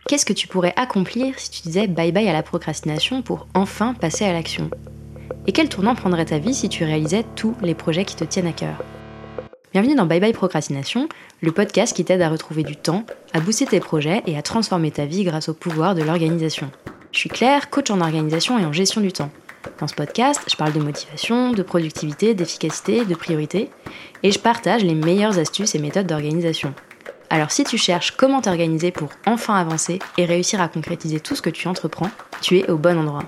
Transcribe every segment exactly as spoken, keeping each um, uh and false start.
Qu'est-ce que tu pourrais accomplir si tu disais bye bye à la procrastination pour enfin passer à l'action? Et quel tournant prendrait ta vie si tu réalisais tous les projets qui te tiennent à cœur? Bienvenue dans Bye Bye Procrastination, le podcast qui t'aide à retrouver du temps, à booster tes projets et à transformer ta vie grâce au pouvoir de l'organisation. Je suis Claire, coach en organisation et en gestion du temps. Dans ce podcast, je parle de motivation, de productivité, d'efficacité, de priorité, et je partage les meilleures astuces et méthodes d'organisation. Alors si tu cherches comment t'organiser pour enfin avancer et réussir à concrétiser tout ce que tu entreprends, tu es au bon endroit.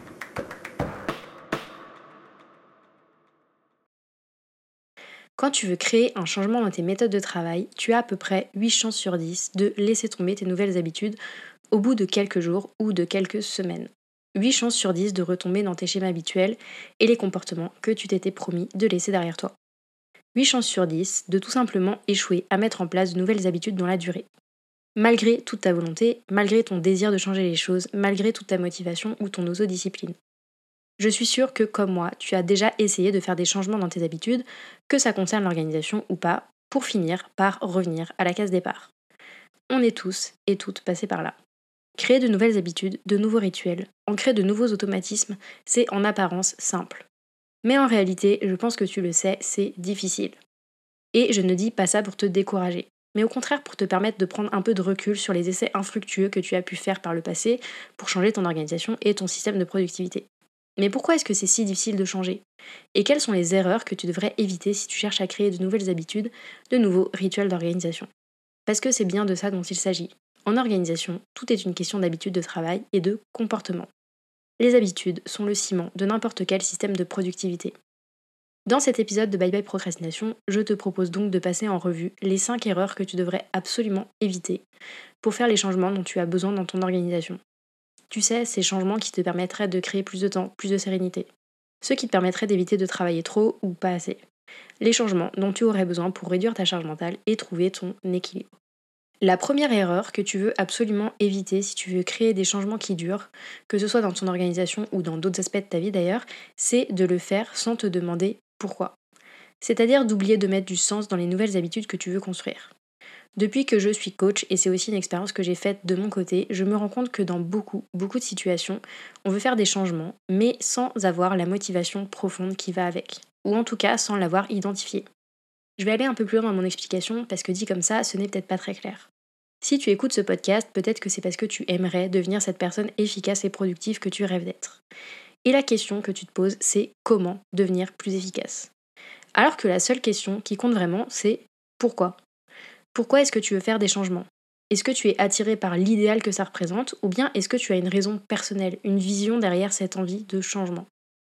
Quand tu veux créer un changement dans tes méthodes de travail, tu as à peu près huit chances sur dix de laisser tomber tes nouvelles habitudes au bout de quelques jours ou de quelques semaines. huit chances sur dix de retomber dans tes schémas habituels et les comportements que tu t'étais promis de laisser derrière toi. huit chances sur dix de tout simplement échouer à mettre en place de nouvelles habitudes dans la durée. Malgré toute ta volonté, malgré ton désir de changer les choses, malgré toute ta motivation ou ton autodiscipline. Je suis sûre que, comme moi, tu as déjà essayé de faire des changements dans tes habitudes, que ça concerne l'organisation ou pas, pour finir par revenir à la case départ. On est tous et toutes passés par là. Créer de nouvelles habitudes, de nouveaux rituels, ancrer de nouveaux automatismes, c'est en apparence simple. Mais en réalité, je pense que tu le sais, c'est difficile. Et je ne dis pas ça pour te décourager, mais au contraire pour te permettre de prendre un peu de recul sur les essais infructueux que tu as pu faire par le passé pour changer ton organisation et ton système de productivité. Mais pourquoi est-ce que c'est si difficile de changer? Et quelles sont les erreurs que tu devrais éviter si tu cherches à créer de nouvelles habitudes, de nouveaux rituels d'organisation? Parce que c'est bien de ça dont il s'agit. En organisation, tout est une question d'habitude de travail et de comportement. Les habitudes sont le ciment de n'importe quel système de productivité. Dans cet épisode de Bye Bye Procrastination, je te propose donc de passer en revue les cinq erreurs que tu devrais absolument éviter pour faire les changements dont tu as besoin dans ton organisation. Tu sais, ces changements qui te permettraient de créer plus de temps, plus de sérénité. Ceux qui te permettraient d'éviter de travailler trop ou pas assez. Les changements dont tu aurais besoin pour réduire ta charge mentale et trouver ton équilibre. La première erreur que tu veux absolument éviter si tu veux créer des changements qui durent, que ce soit dans ton organisation ou dans d'autres aspects de ta vie d'ailleurs, c'est de le faire sans te demander pourquoi. C'est-à-dire d'oublier de mettre du sens dans les nouvelles habitudes que tu veux construire. Depuis que je suis coach, et c'est aussi une expérience que j'ai faite de mon côté, je me rends compte que dans beaucoup, beaucoup de situations, on veut faire des changements, mais sans avoir la motivation profonde qui va avec. Ou en tout cas, sans l'avoir identifiée. Je vais aller un peu plus loin dans mon explication, parce que dit comme ça, ce n'est peut-être pas très clair. Si tu écoutes ce podcast, peut-être que c'est parce que tu aimerais devenir cette personne efficace et productive que tu rêves d'être. Et la question que tu te poses, c'est comment devenir plus efficace? Alors que la seule question qui compte vraiment, c'est pourquoi? Pourquoi est-ce que tu veux faire des changements? Est-ce que tu es attiré par l'idéal que ça représente, ou bien est-ce que tu as une raison personnelle, une vision derrière cette envie de changement?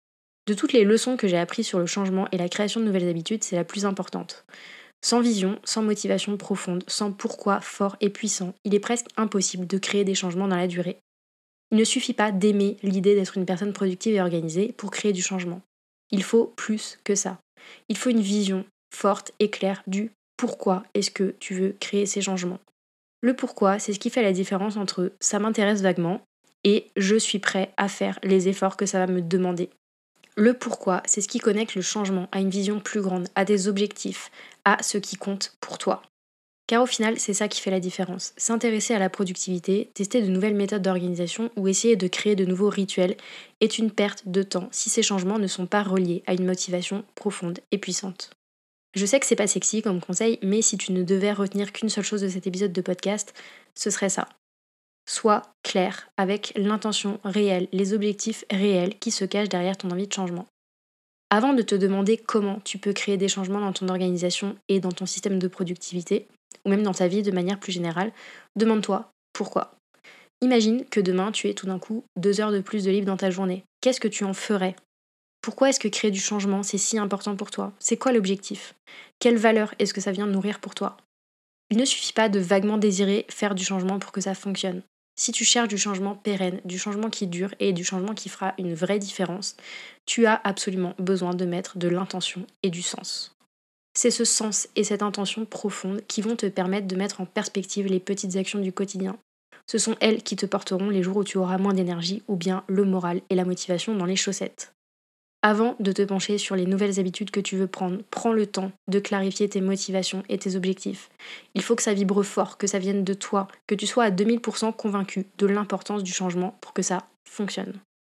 De toutes les leçons que j'ai apprises sur le changement et la création de nouvelles habitudes, c'est la plus importante. Sans vision, sans motivation profonde, sans pourquoi fort et puissant, il est presque impossible de créer des changements dans la durée. Il ne suffit pas d'aimer l'idée d'être une personne productive et organisée pour créer du changement. Il faut plus que ça. Il faut une vision forte et claire du pourquoi est-ce que tu veux créer ces changements. Le pourquoi, c'est ce qui fait la différence entre ça m'intéresse vaguement et je suis prêt à faire les efforts que ça va me demander. Le pourquoi, c'est ce qui connecte le changement à une vision plus grande, à des objectifs, à ce qui compte pour toi. Car au final, c'est ça qui fait la différence. S'intéresser à la productivité, tester de nouvelles méthodes d'organisation ou essayer de créer de nouveaux rituels est une perte de temps si ces changements ne sont pas reliés à une motivation profonde et puissante. Je sais que c'est pas sexy comme conseil, mais si tu ne devais retenir qu'une seule chose de cet épisode de podcast, ce serait ça. Sois clair avec l'intention réelle, les objectifs réels qui se cachent derrière ton envie de changement. Avant de te demander comment tu peux créer des changements dans ton organisation et dans ton système de productivité, ou même dans ta vie de manière plus générale, demande-toi pourquoi. Imagine que demain tu aies tout d'un coup deux heures de plus de libre dans ta journée. Qu'est-ce que tu en ferais? Pourquoi est-ce que créer du changement, c'est si important pour toi? C'est quoi l'objectif? Quelle valeur est-ce que ça vient nourrir pour toi? Il ne suffit pas de vaguement désirer faire du changement pour que ça fonctionne. Si tu cherches du changement pérenne, du changement qui dure et du changement qui fera une vraie différence, tu as absolument besoin de mettre de l'intention et du sens. C'est ce sens et cette intention profonde qui vont te permettre de mettre en perspective les petites actions du quotidien. Ce sont elles qui te porteront les jours où tu auras moins d'énergie ou bien le moral et la motivation dans les chaussettes. Avant de te pencher sur les nouvelles habitudes que tu veux prendre, prends le temps de clarifier tes motivations et tes objectifs. Il faut que ça vibre fort, que ça vienne de toi, que tu sois à deux mille pour cent convaincu de l'importance du changement pour que ça fonctionne.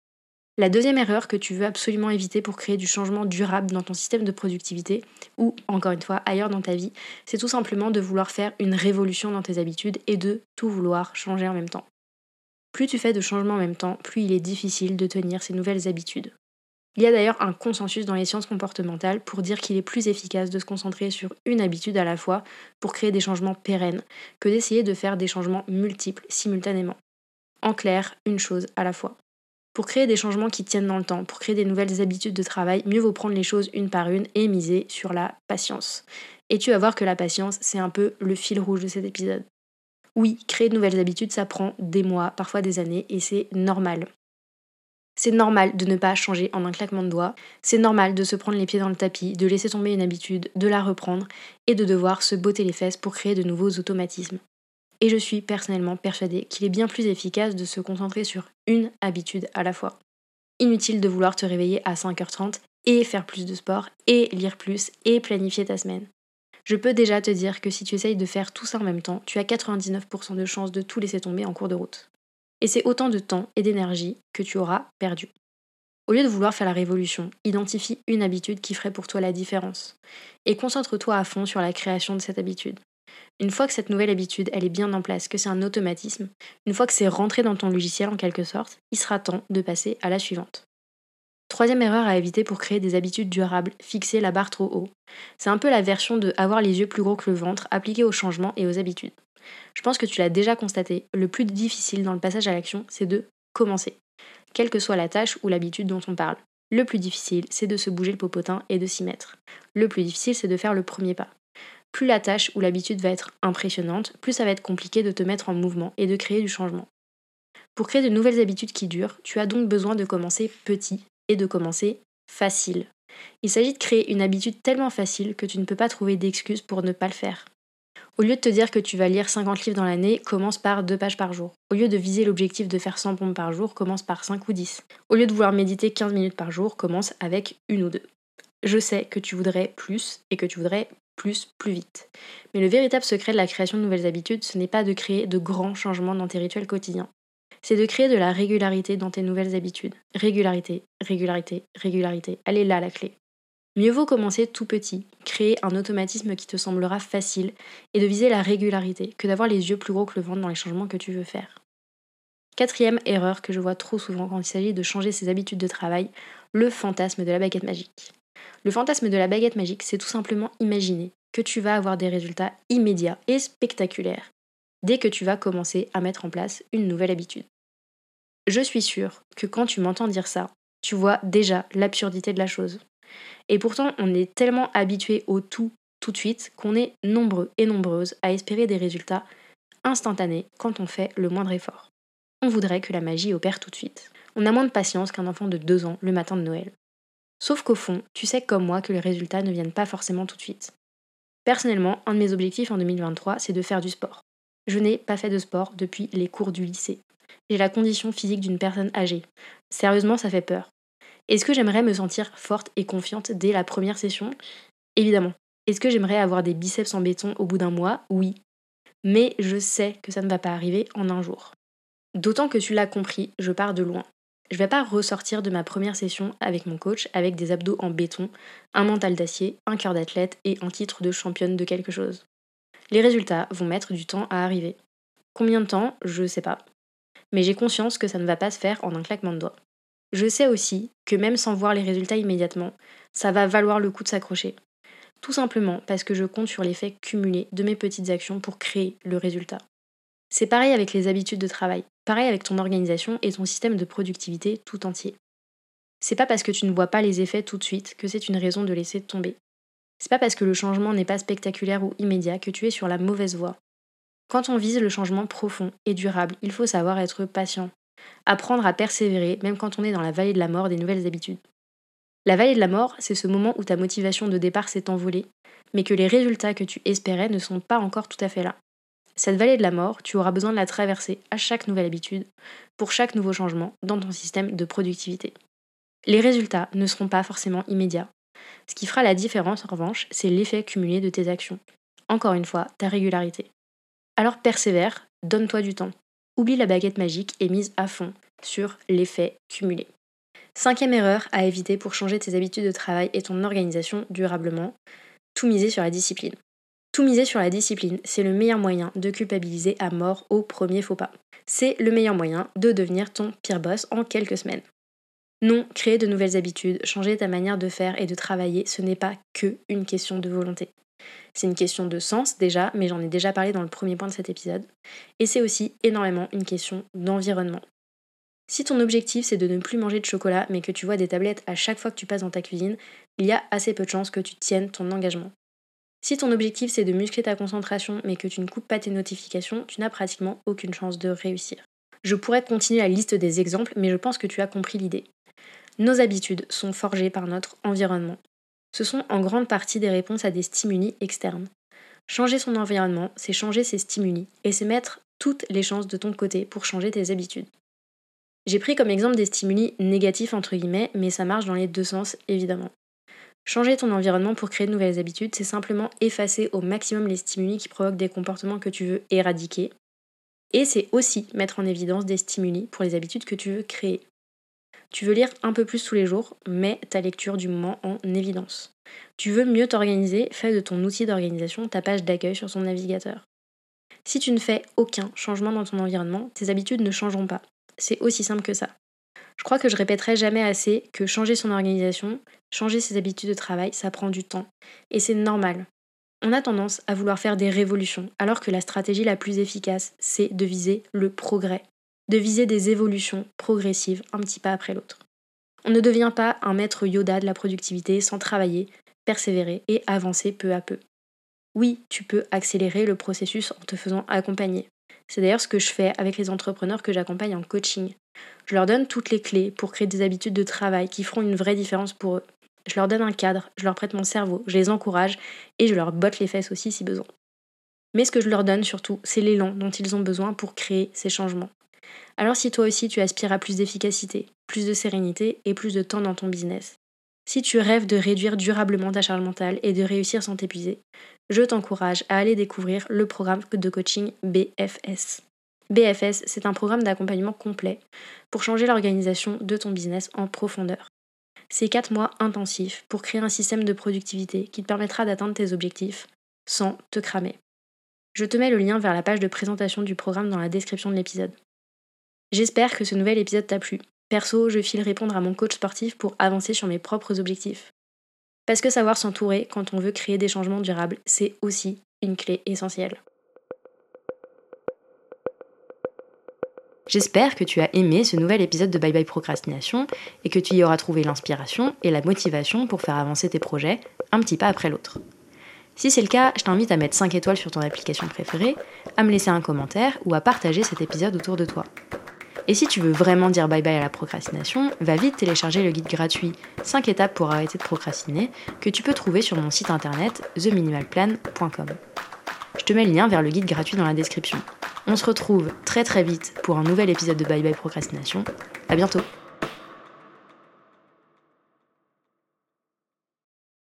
La deuxième erreur que tu veux absolument éviter pour créer du changement durable dans ton système de productivité, ou encore une fois ailleurs dans ta vie, c'est tout simplement de vouloir faire une révolution dans tes habitudes et de tout vouloir changer en même temps. Plus tu fais de changements en même temps, plus il est difficile de tenir ces nouvelles habitudes. Il y a d'ailleurs un consensus dans les sciences comportementales pour dire qu'il est plus efficace de se concentrer sur une habitude à la fois pour créer des changements pérennes que d'essayer de faire des changements multiples simultanément. En clair, une chose à la fois. Pour créer des changements qui tiennent dans le temps, pour créer des nouvelles habitudes de travail, mieux vaut prendre les choses une par une et miser sur la patience. Et tu vas voir que la patience, c'est un peu le fil rouge de cet épisode. Oui, créer de nouvelles habitudes, ça prend des mois, parfois des années, et c'est normal. C'est normal de ne pas changer en un claquement de doigts, c'est normal de se prendre les pieds dans le tapis, de laisser tomber une habitude, de la reprendre, et de devoir se botter les fesses pour créer de nouveaux automatismes. Et je suis personnellement persuadée qu'il est bien plus efficace de se concentrer sur une habitude à la fois. Inutile de vouloir te réveiller à cinq heures trente et faire plus de sport, et lire plus, et planifier ta semaine. Je peux déjà te dire que si tu essayes de faire tout ça en même temps, tu as quatre-vingt-dix-neuf pour cent de chances de tout laisser tomber en cours de route. Et c'est autant de temps et d'énergie que tu auras perdu. Au lieu de vouloir faire la révolution, identifie une habitude qui ferait pour toi la différence. Et concentre-toi à fond sur la création de cette habitude. Une fois que cette nouvelle habitude elle est bien en place, que c'est un automatisme, une fois que c'est rentré dans ton logiciel en quelque sorte, il sera temps de passer à la suivante. Troisième erreur à éviter pour créer des habitudes durables, fixer la barre trop haut. C'est un peu la version de avoir les yeux plus gros que le ventre appliquée aux changements et aux habitudes. Je pense que tu l'as déjà constaté, le plus difficile dans le passage à l'action, c'est de commencer. Quelle que soit la tâche ou l'habitude dont on parle. Le plus difficile, c'est de se bouger le popotin et de s'y mettre. Le plus difficile, c'est de faire le premier pas. Plus la tâche ou l'habitude va être impressionnante, plus ça va être compliqué de te mettre en mouvement et de créer du changement. Pour créer de nouvelles habitudes qui durent, tu as donc besoin de commencer petit et de commencer facile. Il s'agit de créer une habitude tellement facile que tu ne peux pas trouver d'excuses pour ne pas le faire. Au lieu de te dire que tu vas lire cinquante livres dans l'année, commence par deux pages par jour. Au lieu de viser l'objectif de faire cent pompes par jour, commence par cinq ou dix. Au lieu de vouloir méditer quinze minutes par jour, commence avec une ou deux. Je sais que tu voudrais plus et que tu voudrais plus plus vite. Mais le véritable secret de la création de nouvelles habitudes, ce n'est pas de créer de grands changements dans tes rituels quotidiens. C'est de créer de la régularité dans tes nouvelles habitudes. Régularité, régularité, régularité. Elle est là la clé. Mieux vaut commencer tout petit, créer un automatisme qui te semblera facile et de viser la régularité que d'avoir les yeux plus gros que le ventre dans les changements que tu veux faire. Quatrième erreur que je vois trop souvent quand il s'agit de changer ses habitudes de travail, le fantasme de la baguette magique. Le fantasme de la baguette magique, c'est tout simplement imaginer que tu vas avoir des résultats immédiats et spectaculaires dès que tu vas commencer à mettre en place une nouvelle habitude. Je suis sûre que quand tu m'entends dire ça, tu vois déjà l'absurdité de la chose. Et pourtant, on est tellement habitué au tout, tout de suite, qu'on est nombreux et nombreuses à espérer des résultats instantanés quand on fait le moindre effort. On voudrait que la magie opère tout de suite. On a moins de patience qu'un enfant de deux ans le matin de Noël. Sauf qu'au fond, tu sais comme moi que les résultats ne viennent pas forcément tout de suite. Personnellement, un de mes objectifs en deux mille vingt-trois, c'est de faire du sport. Je n'ai pas fait de sport depuis les cours du lycée. J'ai la condition physique d'une personne âgée. Sérieusement, ça fait peur. Est-ce que j'aimerais me sentir forte et confiante dès la première session? Évidemment. Est-ce que j'aimerais avoir des biceps en béton au bout d'un mois? Oui. Mais je sais que ça ne va pas arriver en un jour. D'autant que tu l'as compris, je pars de loin. Je vais pas ressortir de ma première session avec mon coach avec des abdos en béton, un mental d'acier, un cœur d'athlète et un titre de championne de quelque chose. Les résultats vont mettre du temps à arriver. Combien de temps? Je sais pas. Mais j'ai conscience que ça ne va pas se faire en un claquement de doigts. Je sais aussi que même sans voir les résultats immédiatement, ça va valoir le coup de s'accrocher. Tout simplement parce que je compte sur l'effet cumulé de mes petites actions pour créer le résultat. C'est pareil avec les habitudes de travail, pareil avec ton organisation et ton système de productivité tout entier. C'est pas parce que tu ne vois pas les effets tout de suite que c'est une raison de laisser tomber. C'est pas parce que le changement n'est pas spectaculaire ou immédiat que tu es sur la mauvaise voie. Quand on vise le changement profond et durable, il faut savoir être patient. Apprendre à persévérer même quand on est dans la vallée de la mort des nouvelles habitudes. La vallée de la mort, c'est ce moment où ta motivation de départ s'est envolée, mais que les résultats que tu espérais ne sont pas encore tout à fait là. Cette vallée de la mort, tu auras besoin de la traverser à chaque nouvelle habitude, pour chaque nouveau changement dans ton système de productivité. Les résultats ne seront pas forcément immédiats. Ce qui fera la différence, en revanche, c'est l'effet cumulé de tes actions. Encore une fois, ta régularité. Alors persévère, donne-toi du temps. Oublie la baguette magique et mise à fond sur l'effet cumulé. Cinquième erreur à éviter pour changer tes habitudes de travail et ton organisation durablement, tout miser sur la discipline. Tout miser sur la discipline, c'est le meilleur moyen de culpabiliser à mort au premier faux pas. C'est le meilleur moyen de devenir ton pire boss en quelques semaines. Non, créer de nouvelles habitudes, changer ta manière de faire et de travailler, ce n'est pas que une question de volonté. C'est une question de sens déjà, mais j'en ai déjà parlé dans le premier point de cet épisode. Et c'est aussi énormément une question d'environnement. Si ton objectif c'est de ne plus manger de chocolat, mais que tu vois des tablettes à chaque fois que tu passes dans ta cuisine, il y a assez peu de chances que tu tiennes ton engagement. Si ton objectif c'est de muscler ta concentration, mais que tu ne coupes pas tes notifications, tu n'as pratiquement aucune chance de réussir. Je pourrais continuer la liste des exemples, mais je pense que tu as compris l'idée. Nos habitudes sont forgées par notre environnement. Ce sont en grande partie des réponses à des stimuli externes. Changer son environnement, c'est changer ses stimuli, et c'est mettre toutes les chances de ton côté pour changer tes habitudes. J'ai pris comme exemple des stimuli négatifs entre guillemets, mais ça marche dans les deux sens évidemment. Changer ton environnement pour créer de nouvelles habitudes, c'est simplement effacer au maximum les stimuli qui provoquent des comportements que tu veux éradiquer. Et c'est aussi mettre en évidence des stimuli pour les habitudes que tu veux créer. Tu veux lire un peu plus tous les jours, mets ta lecture du moment en évidence. Tu veux mieux t'organiser, fais de ton outil d'organisation ta page d'accueil sur ton navigateur. Si tu ne fais aucun changement dans ton environnement, tes habitudes ne changeront pas. C'est aussi simple que ça. Je crois que je répéterai jamais assez que changer son organisation, changer ses habitudes de travail, ça prend du temps. Et c'est normal. On a tendance à vouloir faire des révolutions, alors que la stratégie la plus efficace, c'est de viser le progrès. De viser des évolutions progressives, un petit pas après l'autre. On ne devient pas un maître Yoda de la productivité sans travailler, persévérer et avancer peu à peu. Oui, tu peux accélérer le processus en te faisant accompagner. C'est d'ailleurs ce que je fais avec les entrepreneurs que j'accompagne en coaching. Je leur donne toutes les clés pour créer des habitudes de travail qui feront une vraie différence pour eux. Je leur donne un cadre, je leur prête mon cerveau, je les encourage et je leur botte les fesses aussi si besoin. Mais ce que je leur donne surtout, c'est l'élan dont ils ont besoin pour créer ces changements. Alors si toi aussi tu aspires à plus d'efficacité, plus de sérénité et plus de temps dans ton business, si tu rêves de réduire durablement ta charge mentale et de réussir sans t'épuiser, je t'encourage à aller découvrir le programme de coaching B F S. B F S, c'est un programme d'accompagnement complet pour changer l'organisation de ton business en profondeur. C'est quatre mois intensifs pour créer un système de productivité qui te permettra d'atteindre tes objectifs sans te cramer. Je te mets le lien vers la page de présentation du programme dans la description de l'épisode. J'espère que ce nouvel épisode t'a plu. Perso, je file répondre à mon coach sportif pour avancer sur mes propres objectifs. Parce que savoir s'entourer quand on veut créer des changements durables, c'est aussi une clé essentielle. J'espère que tu as aimé ce nouvel épisode de Bye Bye Procrastination et que tu y auras trouvé l'inspiration et la motivation pour faire avancer tes projets un petit pas après l'autre. Si c'est le cas, je t'invite à mettre cinq étoiles sur ton application préférée, à me laisser un commentaire ou à partager cet épisode autour de toi. Et si tu veux vraiment dire bye bye à la procrastination, va vite télécharger le guide gratuit cinq étapes pour arrêter de procrastiner que tu peux trouver sur mon site internet the minimal plan point com. Je te mets le lien vers le guide gratuit dans la description. On se retrouve très très vite pour un nouvel épisode de Bye Bye Procrastination. À bientôt.